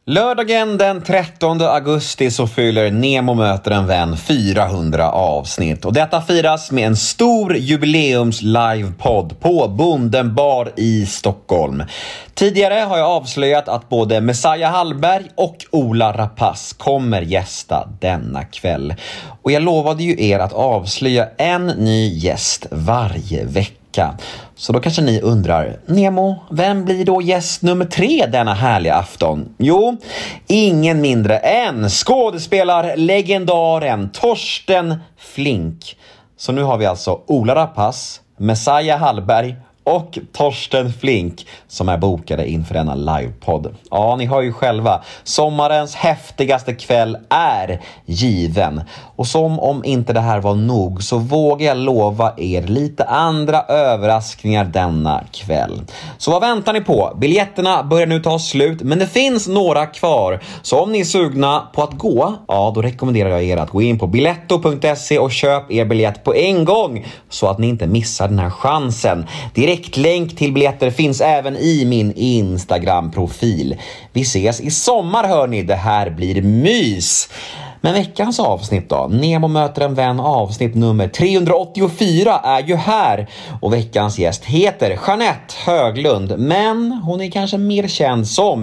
Lördagen den 13 augusti så fyller Nemo möter en vän 400 avsnitt. Och detta firas med en stor jubileums livepodd på Bonden bar i Stockholm. Tidigare har jag avslöjat att både Messiah Hallberg och Ola Rapace kommer gästa denna kväll. Och jag lovade ju er att avslöja en ny gäst varje vecka. Så då kanske ni undrar, Nemo, vem blir då gäst nummer 3 denna härliga afton? Jo, ingen mindre än skådespelarlegendaren Torsten Flink. Så nu har vi alltså Ola Rapace, Messiah Hallberg och Torsten Flink som är bokade inför denna livepodd. Ja, ni hör ju själva. Sommarens häftigaste kväll är given. Och som om inte det här var nog så vågar jag lova er lite andra överraskningar denna kväll. Så vad väntar ni på? Biljetterna börjar nu ta slut, men det finns några kvar. Så om ni är sugna på att gå, ja då rekommenderar jag er att gå in på biletto.se och köp er biljett på en gång så att ni inte missar den här chansen. Direktlänk till biljetter finns även i min Instagram-profil. Vi ses i sommar hörni, det här blir mys. Men veckans avsnitt då, Nemo möter en vän avsnitt nummer 384 är ju här. Och veckans gäst heter Jeanette Höglund, men hon är kanske mer känd som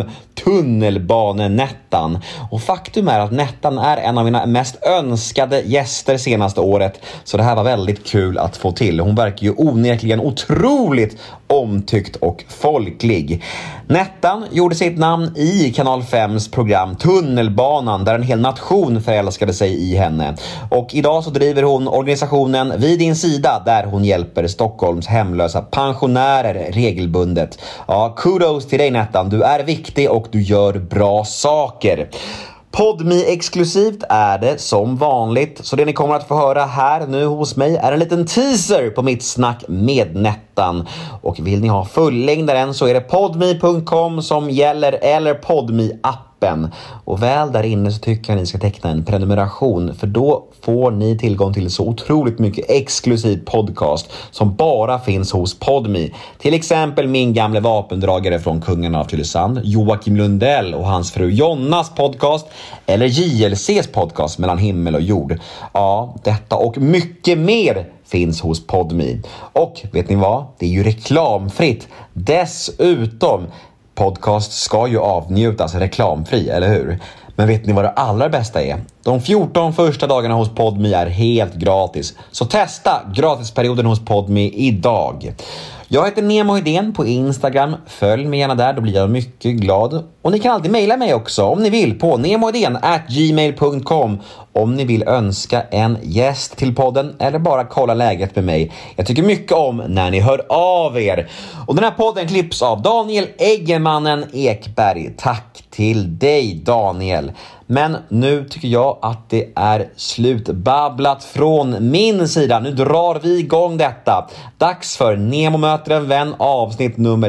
Tunnelbanenettan. Och faktum är att Nettan är en av mina mest önskade gäster senaste året. Så det här var väldigt kul att få till. Hon verkar ju onekligen otroligt omtyckt och folklig. Nettan gjorde sitt namn i Kanal 5s program Tunnelbanan där en hel nation förälskade sig i henne. Och idag så driver hon organisationen Vid din sida där hon hjälper Stockholms hemlösa pensionärer regelbundet. Ja, kudos till dig Nettan, du är viktig och du gör bra saker. Podme-exklusivt är det som vanligt, så det ni kommer att få höra här nu hos mig är en liten teaser på mitt snack med Nettan. Och vill ni ha fullängdaren så är det podme.com som gäller eller Podme-appen. Och väl där inne så tycker jag ni ska teckna en prenumeration, för då får ni tillgång till så otroligt mycket exklusiv podcast som bara finns hos Podme. Till exempel min gamla vapendragare från Kungen av Tylösand, Joakim Lundell och hans fru Jonnas podcast, eller JLCs podcast Mellan himmel och jord. Ja, detta och mycket mer finns hos Podme. Och vet ni vad? Det är ju reklamfritt. Dessutom, podcast ska ju avnjutas reklamfri, eller hur? Men vet ni vad det allra bästa är? De 14 första dagarna hos Podme är helt gratis. Så testa gratisperioden hos Podme idag. Jag heter Nemo Hedén på Instagram. Följ mig gärna där, då blir jag mycket glad. Och ni kan alltid mejla mig också om ni vill på nemoheden@gmail.com om ni vill önska en gäst till podden eller bara kolla läget med mig. Jag tycker mycket om när ni hör av er. Och den här podden klipps av Daniel Eggemannen Ekberg. Tack till dig Daniel. Men nu tycker jag att det är slutbabblat från min sida. Nu drar vi igång detta. Dags för Nemo möter en vän avsnitt nummer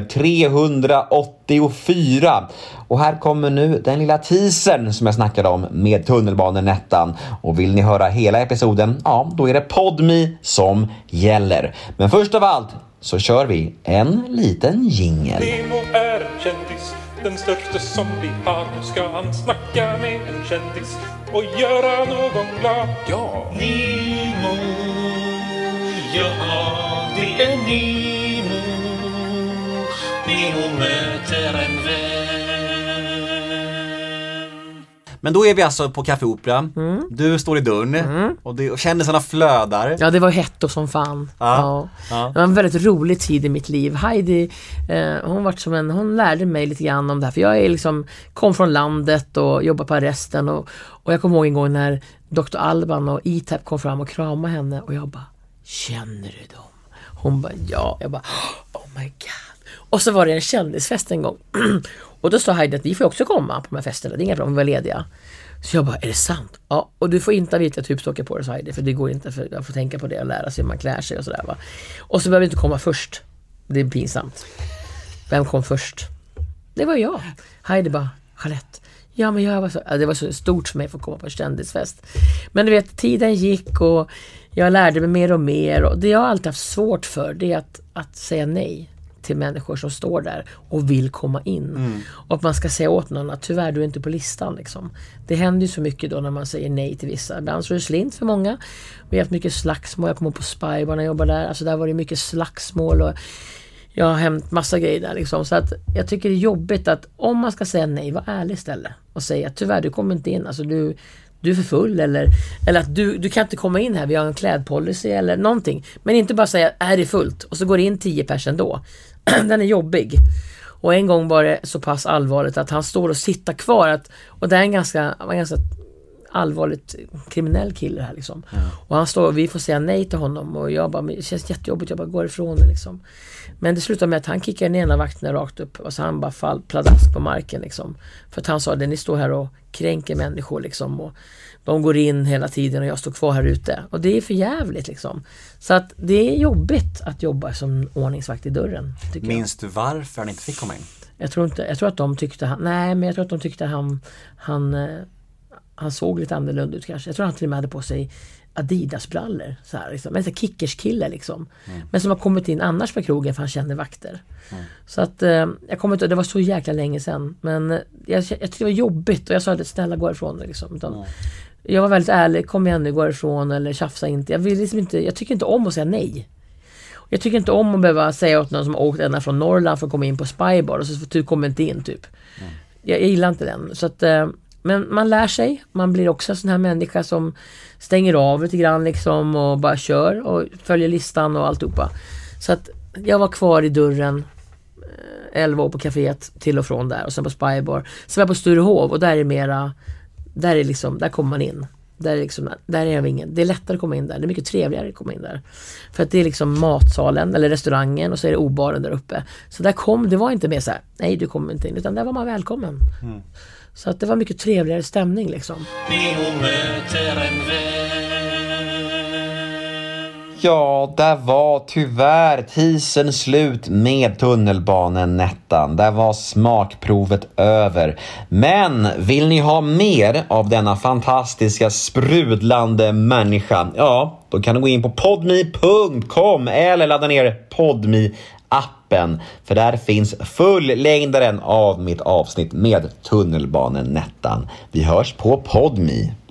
384. Och här kommer nu den lilla teasern som jag snackade om med Tunnelbanenettan. Och vill ni höra hela episoden, ja då är det Podme som gäller. Men först av allt så kör vi en liten jingle. Nemo är en kändis, den största som vi har. Nu ska han snacka med en kändis och göra någon glad. Ja, Nemo, ja det är Nemo. Nemo möter en vän. Men då är vi alltså på Café Opera. Du står i dörren och kändisarna flödar. Ja, det var hett och som fan. Ja. Det var en väldigt rolig tid i mitt liv. Heidi, hon lärde mig lite grann om det här. För jag är kom från landet och jobbade på arresten. Och jag kommer ihåg en gång när Dr. Alban och E-Type kom fram och kramade henne. Och jag bara, känner du dem? Hon bara, ja. Jag bara, oh my god. Och så var det en kändisfest en gång. Och då sa Heidi att vi får också komma på de här festerna. Det är inga problem, vi var lediga. Så jag bara, är det sant? Ja, och du får inte ha vita tubstockar på dig, sa Heidi. För det går inte, för jag får tänka på det och lära sig hur man klär sig och sådär va. Och så behöver vi inte komma först. Det är pinsamt. Vem kom först? Det var jag. Heidi bara, Jeanette. Ja, men det var så stort för mig för att komma på en kändisfest. Men du vet, tiden gick och jag lärde mig mer och mer. Och det jag har alltid haft svårt för, det är att säga nej till människor som står där och vill komma in. Och att man ska säga åt någon att tyvärr du är inte på listan liksom. Det händer ju så mycket då när man säger nej till vissa. Ibland så är det slint för många. Vi har haft mycket slagsmål. Jag kom på Spybar när jag jobbade där. Alltså där var det mycket slagsmål och jag har hämt massa grejer där liksom. Så att jag tycker det är jobbigt att om man ska säga nej, var ärlig istället. Och säga tyvärr du kommer inte in. Alltså du är för full eller att du kan inte komma in här, vi har en klädpolicy eller någonting. Men inte bara säga är det fullt och så går det in 10 personer då. Den är jobbig. Och en gång var det så pass allvarligt att han står och sitter kvar och det är en ganska allvarligt kriminell kille här liksom. Och han står och vi får säga nej till honom och jag bara, det känns jättejobbigt, jag bara går ifrån det liksom. Men det slutar med att han kickar ner ena vakten rakt upp och så han bara pladask på marken liksom. För att han sa det, ni står här och kränker människor liksom och de går in hela tiden och jag står kvar här ute. Och det är för jävligt liksom. Så att det är jobbigt att jobba som ordningsvakt i dörren. Minns du varför han inte fick komma in? Jag tror att de tyckte han såg lite annorlunda ut kanske. Jag tror han till och med hade på sig Adidas-brallor. Så här, liksom. En kickerskille liksom. Men som har kommit in annars på krogen för han känner vakter. Så att jag kommer inte, det var så jäkla länge sedan. Men jag tyckte det var jobbigt och jag sa att snälla gå ifrån det liksom. Jag var väldigt ärlig, kom igen nu, gå ifrån eller tjafsa inte. Jag tycker inte om att säga nej. Jag tycker inte om att behöva säga åt någon som har åkt ända från Norrland för att komma in på Spybar och så du kommer inte in typ. Jag gillar inte den. Så att men man lär sig, man blir också en sån här människa som stänger av lite grann liksom och bara kör och följer listan och alltihopa. Så att jag var kvar i dörren 11 år på kaféet till och från där och sen på Spybar. Sen var jag på Sturehov och där är mera, där kommer man in. Där är jag ingen. Det är lättare att komma in där. Det är mycket trevligare att komma in där. För att det är liksom matsalen eller restaurangen och så är det obaren där uppe. Så det var inte mer så här, nej du kommer inte in, utan där var man välkommen. Så att det var mycket trevligare stämning liksom. Ja, där var tyvärr tisen slut med tunnelbanan Nettan. Där var smakprovet över. Men vill ni ha mer av denna fantastiska sprudlande människa? Ja, då kan du gå in på podme.com eller ladda ner Podme-appen. För där finns fullängdaren av mitt avsnitt med tunnelbanan Nettan. Vi hörs på Podme.